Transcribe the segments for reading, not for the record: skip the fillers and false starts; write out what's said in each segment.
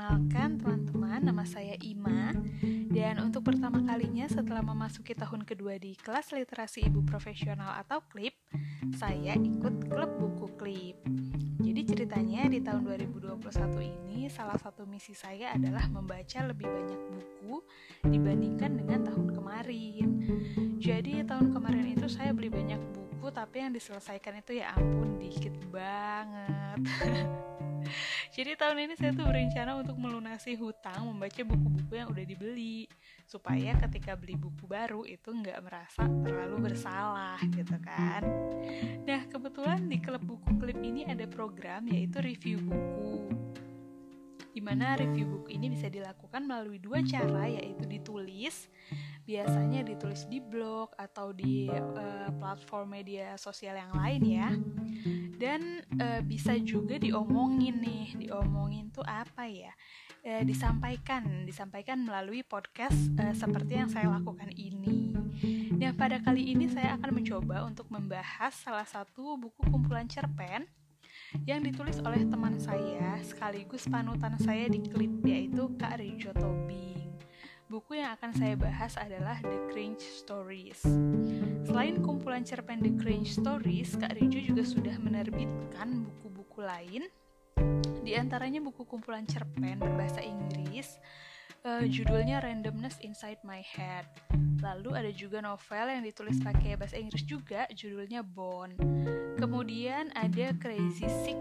Perkenalkan teman-teman, nama saya Ima. Dan untuk pertama kalinya setelah memasuki tahun kedua di kelas literasi ibu profesional atau KLIP, saya ikut klub buku KLIP. Jadi ceritanya di tahun 2021 ini salah satu misi saya adalah membaca lebih banyak buku dibandingkan dengan tahun kemarin. Jadi tahun kemarin itu saya beli banyak buku, tapi yang diselesaikan itu ya ampun dikit banget. Jadi tahun ini saya tuh berencana untuk melunasi hutang membaca buku-buku yang udah dibeli, supaya ketika beli buku baru itu nggak merasa terlalu bersalah gitu kan. Nah kebetulan di klub buku klip ini ada program yaitu review buku, dimana review buku ini bisa dilakukan melalui dua cara, yaitu ditulis, biasanya ditulis di blog atau di platform media sosial yang lain ya. Dan bisa juga diomongin nih. Diomongin tuh apa ya? Disampaikan melalui podcast seperti yang saya lakukan ini. Nah, pada kali ini saya akan mencoba untuk membahas salah satu buku kumpulan cerpen yang ditulis oleh teman saya sekaligus panutan saya di klip, yaitu Kak Rijo Tobing. Buku yang akan saya bahas adalah The Cringe Stories. Selain kumpulan cerpen The Cringe Stories, Kak Rijo juga sudah menerbitkan buku-buku lain, di antaranya buku kumpulan cerpen berbahasa Inggris, judulnya Randomness Inside My Head. Lalu ada juga novel yang ditulis pakai bahasa Inggris juga, judulnya Bone. Kemudian ada Crazy Sick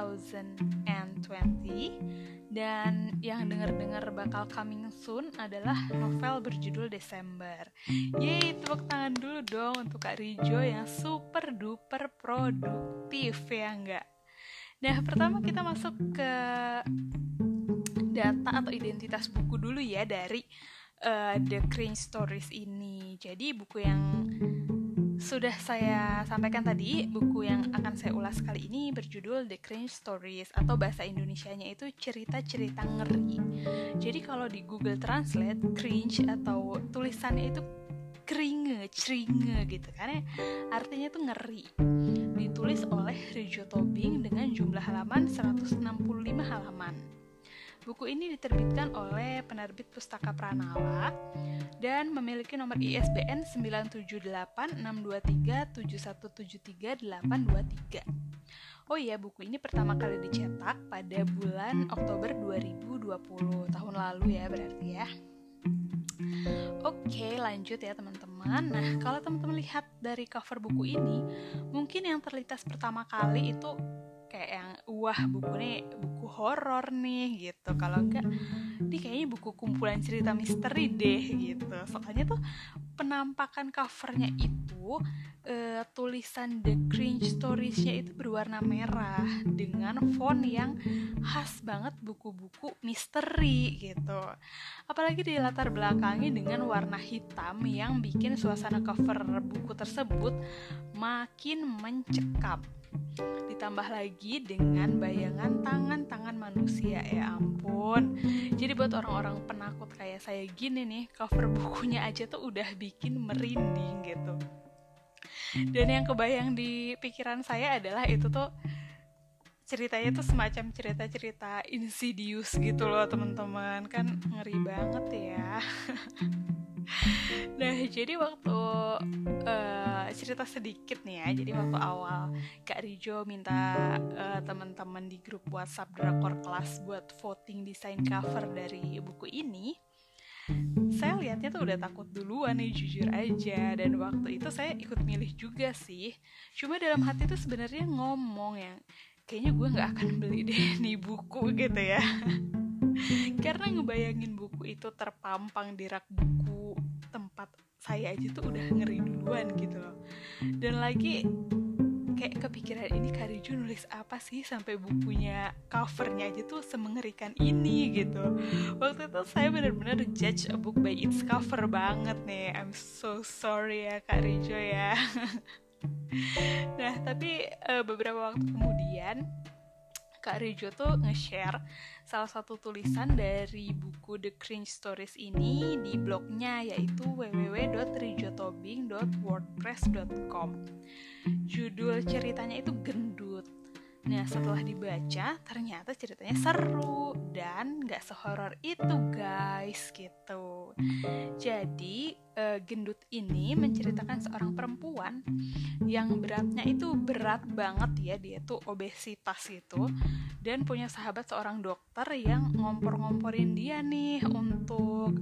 2020. Dan yang dengar-dengar bakal coming soon adalah novel berjudul Desember. Yeay, tepuk tangan dulu dong untuk Kak Rijo yang super duper produktif, ya enggak? Nah, pertama kita masuk ke data atau identitas buku dulu ya dari The Cringe Stories ini. Jadi buku yang sudah saya sampaikan tadi, buku yang akan saya ulas kali ini berjudul The Cringe Stories, atau bahasa Indonesianya itu cerita-cerita ngeri. Jadi kalau di Google Translate, cringe atau tulisannya itu cringe gitu kan ya, artinya tuh ngeri. Ditulis oleh Rijo Tobing dengan jumlah halaman 165 halaman. Buku ini diterbitkan oleh penerbit Pustaka Pranala dan memiliki nomor ISBN 9786237173823. Oh iya, buku ini pertama kali dicetak pada bulan Oktober 2020, tahun lalu ya berarti ya. Oke, lanjut ya teman-teman. Nah, kalau teman-teman lihat dari cover buku ini, mungkin yang terlintas pertama kali itu kayak yang wah buku horor nih gitu. Kalau enggak, ini kayaknya buku kumpulan cerita misteri deh gitu. Soalnya tuh penampakan covernya itu tulisan The Cringe Stories-nya itu berwarna merah dengan font yang khas banget buku-buku misteri gitu. Apalagi di latar belakangnya dengan warna hitam yang bikin suasana cover buku tersebut makin mencekam. Ditambah lagi dengan bayangan tangan-tangan manusia, ya ampun. Jadi buat orang-orang penakut kayak saya gini nih, cover bukunya aja tuh udah bikin merinding gitu. Dan yang kebayang di pikiran saya adalah itu tuh ceritanya tuh semacam cerita-cerita Insidious gitu loh teman-teman. Kan ngeri banget ya. Nah, jadi waktu cerita sedikit nih ya. Jadi waktu awal Kak Rijo minta teman-teman di grup WhatsApp Drakor Kelas buat voting desain cover dari buku ini, saya lihatnya tuh udah takut duluan nih, jujur aja. Dan waktu itu saya ikut milih juga sih. Cuma dalam hati tuh sebenarnya ngomong yang kayaknya gue nggak akan beli deh nih buku gitu ya. Karena ngebayangin buku itu terpampang di rak buku tempat saya aja tuh udah ngeri duluan gitu loh. Dan lagi kayak kepikiran, ini Kak Rijo nulis apa sih sampai bukunya covernya aja tuh semengerikan ini gitu. Waktu itu saya benar-benar judge a book by its cover banget nih. I'm so sorry ya Kak Rijo ya. Nah tapi beberapa waktu kemudian Kak Rijo tuh nge-share salah satu tulisan dari buku The Cringe Stories ini di blognya, yaitu www.rijotobing.wordpress.com. Judul ceritanya itu Gendut. Nah, setelah dibaca, ternyata ceritanya seru dan gak sehoror itu, guys, gitu. Jadi, Gendut ini menceritakan seorang perempuan yang beratnya itu berat banget ya, dia tuh obesitas gitu, dan punya sahabat seorang dokter yang ngompor-ngomporin dia nih untuk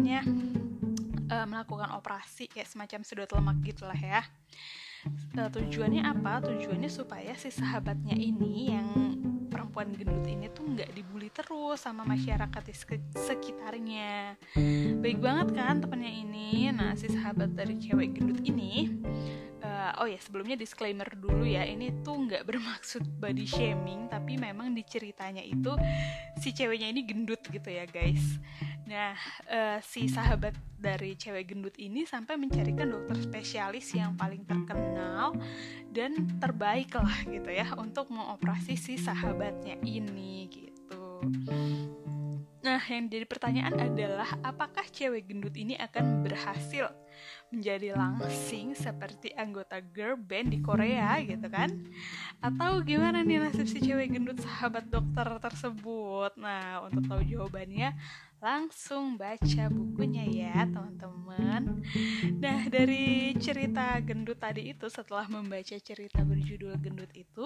melakukan operasi kayak semacam sedot lemak gitulah ya. Tujuannya apa? Tujuannya supaya si sahabatnya ini yang perempuan gendut ini tuh nggak dibully terus sama masyarakat di sekitarnya. Baik banget kan temennya ini. Nah, si sahabat dari cewek gendut ini, sebelumnya disclaimer dulu ya, ini tuh nggak bermaksud body shaming, tapi memang di ceritanya itu si ceweknya ini gendut gitu ya, guys. Nah, si sahabat dari cewek gendut ini sampai mencarikan dokter spesialis yang paling terkenal dan terbaik lah gitu ya untuk mengoperasi si sahabatnya ini gitu. Nah, yang jadi pertanyaan adalah apakah cewek gendut ini akan berhasil menjadi langsing seperti anggota girl band di Korea gitu kan? Atau gimana nih nasib si cewek gendut sahabat dokter tersebut? Nah, untuk tahu jawabannya langsung baca bukunya ya teman-teman. Nah, dari cerita gendut tadi itu, setelah membaca cerita berjudul Gendut itu,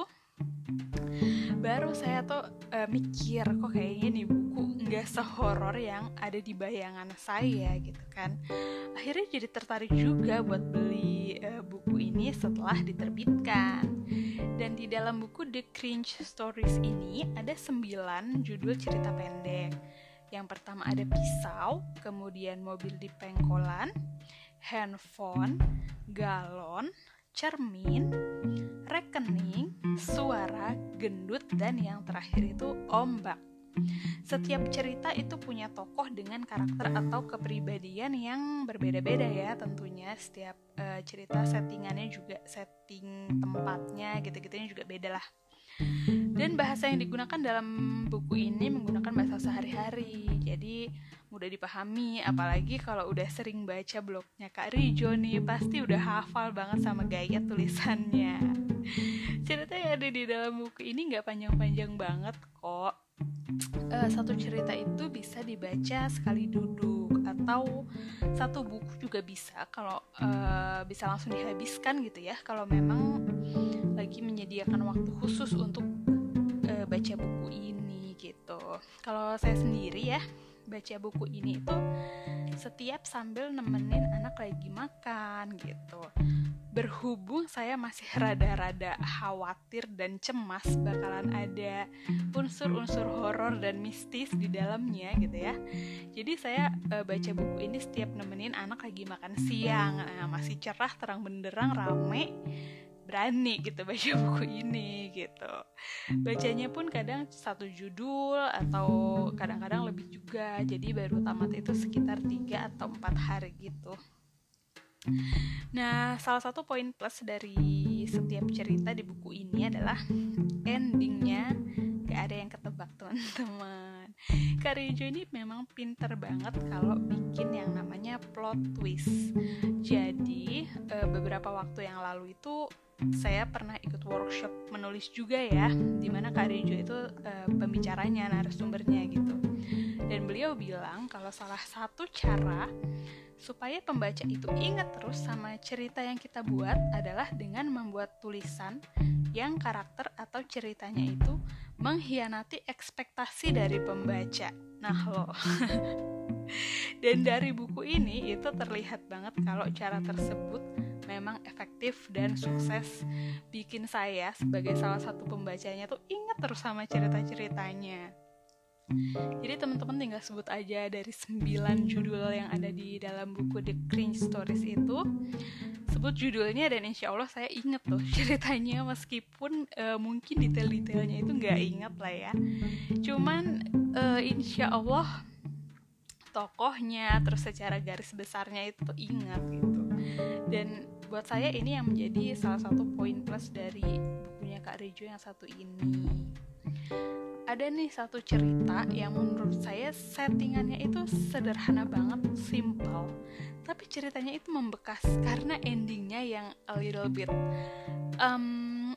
baru saya tuh mikir kok kayaknya nih buku nggak sehoror yang ada di bayangan saya gitu kan. Akhirnya jadi tertarik juga buat beli buku ini setelah diterbitkan. Dan di dalam buku The Cringe Stories ini ada 9 judul cerita pendek. Yang pertama ada pisau, kemudian mobil di pengkolan, handphone, galon, cermin, rekening, suara, gendut, dan yang terakhir itu ombak. Setiap cerita itu punya tokoh dengan karakter atau kepribadian yang berbeda-beda ya tentunya. Setiap cerita settingannya juga, setting tempatnya gitu-gitunya juga beda lah. Dan bahasa yang digunakan dalam buku ini menggunakan bahasa sehari-hari, jadi mudah dipahami. Apalagi kalau udah sering baca blognya Kak Rijo nih, pasti udah hafal banget sama gaya tulisannya. Cerita yang ada di dalam buku ini gak panjang-panjang banget kok. Satu cerita itu bisa dibaca sekali duduk, atau satu buku juga bisa kalau bisa langsung dihabiskan gitu ya, kalau memang lagi menyediakan waktu khusus untuk baca buku ini gitu. Kalau saya sendiri ya, baca buku ini itu setiap sambil nemenin anak lagi makan gitu. Berhubung saya masih rada-rada khawatir dan cemas bakalan ada unsur-unsur horor dan mistis di dalamnya gitu ya. Jadi saya baca buku ini setiap nemenin anak lagi makan siang. Nah, masih cerah, terang benderang, rame, berani gitu baca buku ini gitu. Bacanya pun kadang satu judul atau kadang-kadang lebih juga. Jadi baru tamat itu sekitar 3 atau 4 hari gitu. Nah, salah satu poin plus dari setiap cerita di buku ini adalah endingnya gak ada yang ketebak teman-teman. Kak Rijo ini memang pinter banget kalau bikin yang namanya plot twist. Jadi beberapa waktu yang lalu itu saya pernah ikut workshop menulis juga ya, dimana Kak Rijo itu pembicaranya, narasumbernya gitu. Dan beliau bilang kalau salah satu cara supaya pembaca itu ingat terus sama cerita yang kita buat adalah dengan membuat tulisan yang karakter atau ceritanya itu mengkhianati ekspektasi dari pembaca. Nah loh. Dan dari buku ini itu terlihat banget kalau cara tersebut memang efektif dan sukses bikin saya sebagai salah satu pembacanya tuh ingat terus sama cerita-ceritanya. Jadi teman-teman tinggal sebut aja dari 9 judul yang ada di dalam buku The Cringe Stories itu, sebut judulnya dan insya Allah saya inget tuh ceritanya, meskipun mungkin detail-detailnya itu gak inget lah ya. Cuman insya Allah tokohnya, terus secara garis besarnya itu ingat gitu. Dan buat saya ini yang menjadi salah satu poin plus dari bukunya Kak Rijo yang satu ini. Ada nih satu cerita yang menurut saya settingannya itu sederhana banget, simple, tapi ceritanya itu membekas karena endingnya yang a little bit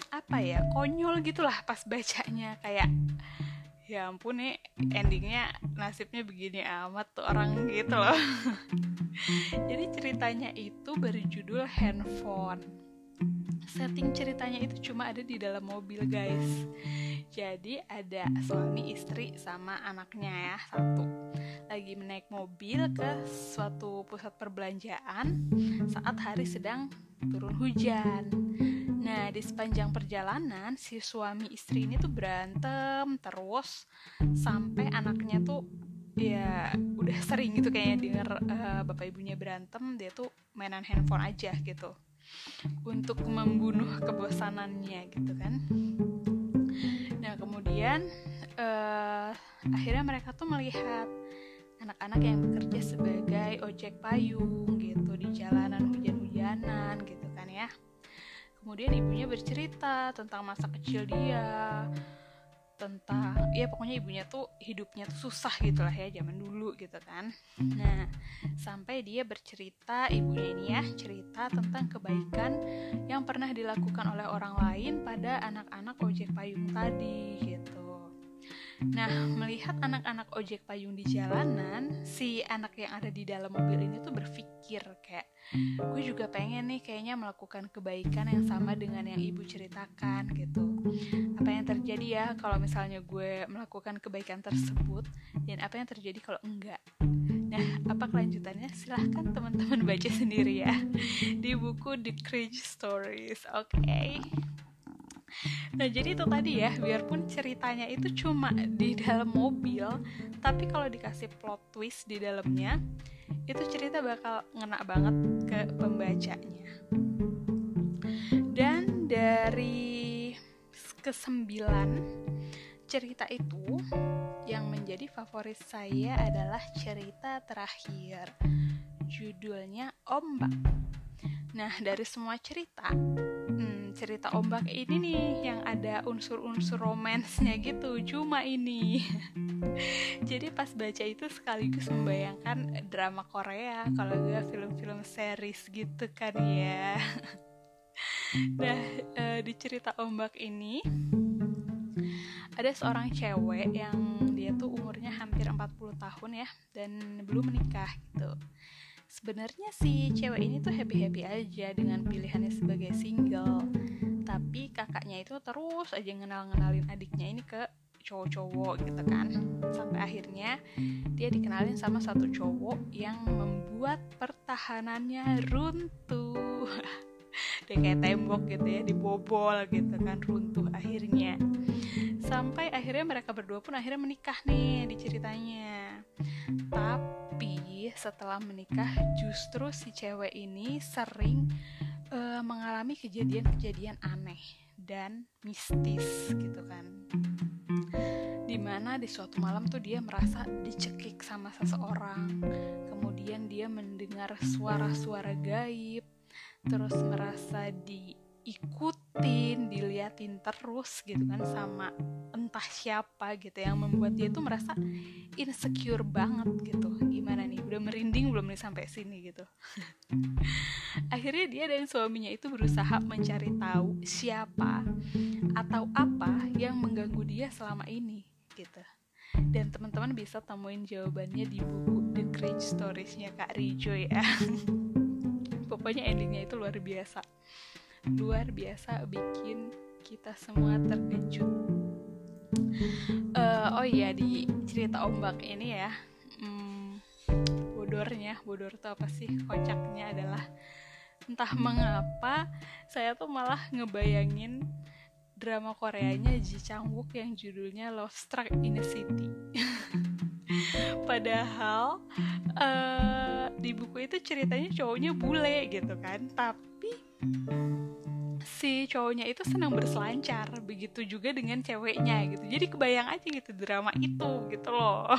konyol gitulah pas bacanya, kayak ya ampun nih endingnya nasibnya begini amat tuh orang gitu loh. Jadi ceritanya itu berjudul Handphone. Setting ceritanya itu cuma ada di dalam mobil, guys. Jadi ada suami, istri, sama anaknya ya, satu. Lagi menaik mobil ke suatu pusat perbelanjaan saat hari sedang turun hujan. Nah, di sepanjang perjalanan si suami istri ini tuh berantem terus sampai anaknya tuh ya udah sering gitu kayaknya denger bapak ibunya berantem, dia tuh mainan handphone aja gitu untuk membunuh kebosanannya gitu kan. Nah kemudian akhirnya mereka tuh melihat anak-anak yang bekerja sebagai ojek payung gitu di jalanan hujan-hujanan gitu kan ya. Kemudian ibunya bercerita tentang masa kecil dia, tentang ya pokoknya ibunya tuh hidupnya tuh susah gitu lah ya zaman dulu gitu kan. Nah sampai dia bercerita, ibunya ini ya cerita tentang kebaikan yang pernah dilakukan oleh orang lain pada anak-anak ojek payung tadi gitu. Nah melihat anak-anak ojek payung di jalanan, si anak yang ada di dalam mobil ini tuh berpikir kayak, gue juga pengen nih kayaknya melakukan kebaikan yang sama dengan yang ibu ceritakan gitu. Apa yang terjadi ya kalau misalnya gue melakukan kebaikan tersebut, dan apa yang terjadi kalau enggak. Nah apa kelanjutannya silahkan teman-teman baca sendiri ya di buku The Cringe Stories. Oke. Nah jadi itu tadi ya, biarpun ceritanya itu cuma di dalam mobil, tapi kalau dikasih plot twist di dalamnya, itu cerita bakal ngena banget ke pembacanya. Dan dari ke-9 cerita itu, yang menjadi favorit saya adalah cerita terakhir, judulnya Ombak. Nah dari semua cerita Ombak ini nih yang ada unsur-unsur romansnya gitu, cuma ini. Jadi pas baca itu sekaligus membayangkan drama Korea, kalau enggak film-film series gitu kan ya. Nah di cerita Ombak ini ada seorang cewek yang dia tuh umurnya hampir 40 tahun ya, dan belum menikah gitu. Sebenarnya si cewek ini tuh happy-happy aja dengan pilihannya sebagai single, tapi kakaknya itu terus aja ngenalin adiknya ini ke cowok-cowok gitu kan. Sampai akhirnya dia dikenalin sama satu cowok yang membuat pertahanannya runtuh. Dia kayak tembok gitu ya, dibobol gitu kan, runtuh akhirnya. Sampai akhirnya mereka berdua pun akhirnya menikah nih di ceritanya. Tapi setelah menikah justru si cewek ini sering mengalami kejadian-kejadian aneh dan mistis gitu kan. Dimana di suatu malam tuh dia merasa dicekik sama seseorang. Kemudian dia mendengar suara-suara gaib, terus merasa diikutin, diliatin terus gitu kan sama entah siapa gitu, yang membuat dia tuh merasa insecure banget gitu. Gimana nih, udah merinding belum nih sampai sini gitu. Akhirnya dia dan suaminya itu berusaha mencari tahu siapa atau apa yang mengganggu dia selama ini gitu. Dan teman-teman bisa temuin jawabannya di buku The Cringe Stories-nya Kak Rijo ya. Pokoknya endingnya itu luar biasa bikin kita semua terkejut. Oh iya, di cerita Ombak ini ya, bodor tuh apa sih, kocaknya adalah entah mengapa saya tuh malah ngebayangin drama Koreanya Ji Chang-wook yang judulnya Love Struck in a City. Padahal di buku itu ceritanya cowoknya bule gitu kan, tapi si cowoknya itu senang berselancar, begitu juga dengan ceweknya gitu. Jadi kebayang aja gitu drama itu gitu loh.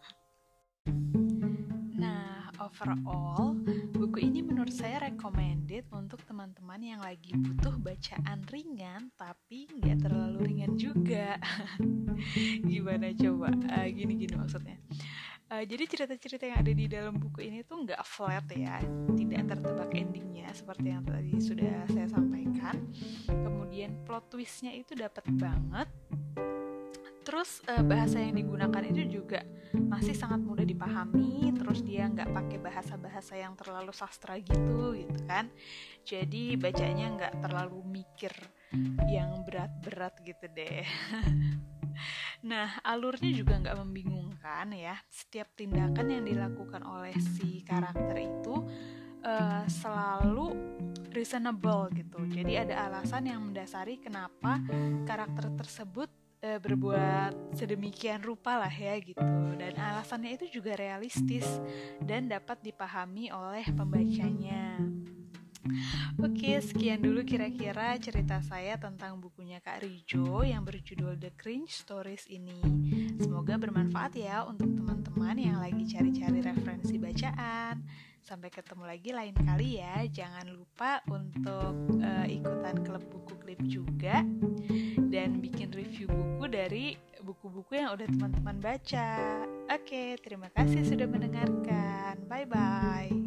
Nah, overall buku ini menurut saya recommended untuk teman-teman yang lagi butuh bacaan ringan tapi nggak terlalu ringan juga. Gimana coba? Gini maksudnya. Jadi cerita-cerita yang ada di dalam buku ini tuh nggak flat ya, tidak tertebak endingnya seperti yang tadi sudah saya sampaikan. Kemudian kemudian plot twistnya itu dapat banget. Terus bahasa yang digunakan itu juga masih sangat mudah dipahami. Terus dia nggak pakai bahasa-bahasa yang terlalu sastra gitu kan. Jadi bacanya nggak terlalu mikir yang berat-berat gitu deh. Nah, alurnya juga nggak membingungkan ya. Setiap tindakan yang dilakukan oleh si karakter itu selalu reasonable gitu. Jadi ada alasan yang mendasari kenapa karakter tersebut berbuat sedemikian rupa lah ya gitu. Dan alasannya itu juga realistis dan dapat dipahami oleh pembacanya. Oke, sekian dulu kira-kira cerita saya tentang bukunya Kak Rijo yang berjudul The Cringe Stories ini. Semoga bermanfaat ya untuk teman-teman yang lagi cari-cari referensi bacaan. Sampai ketemu lagi lain kali ya. Jangan lupa untuk ikutan klub buku klip juga dan bikin review buku dari buku-buku yang udah teman-teman baca. Oke, terima kasih sudah mendengarkan. Bye-bye.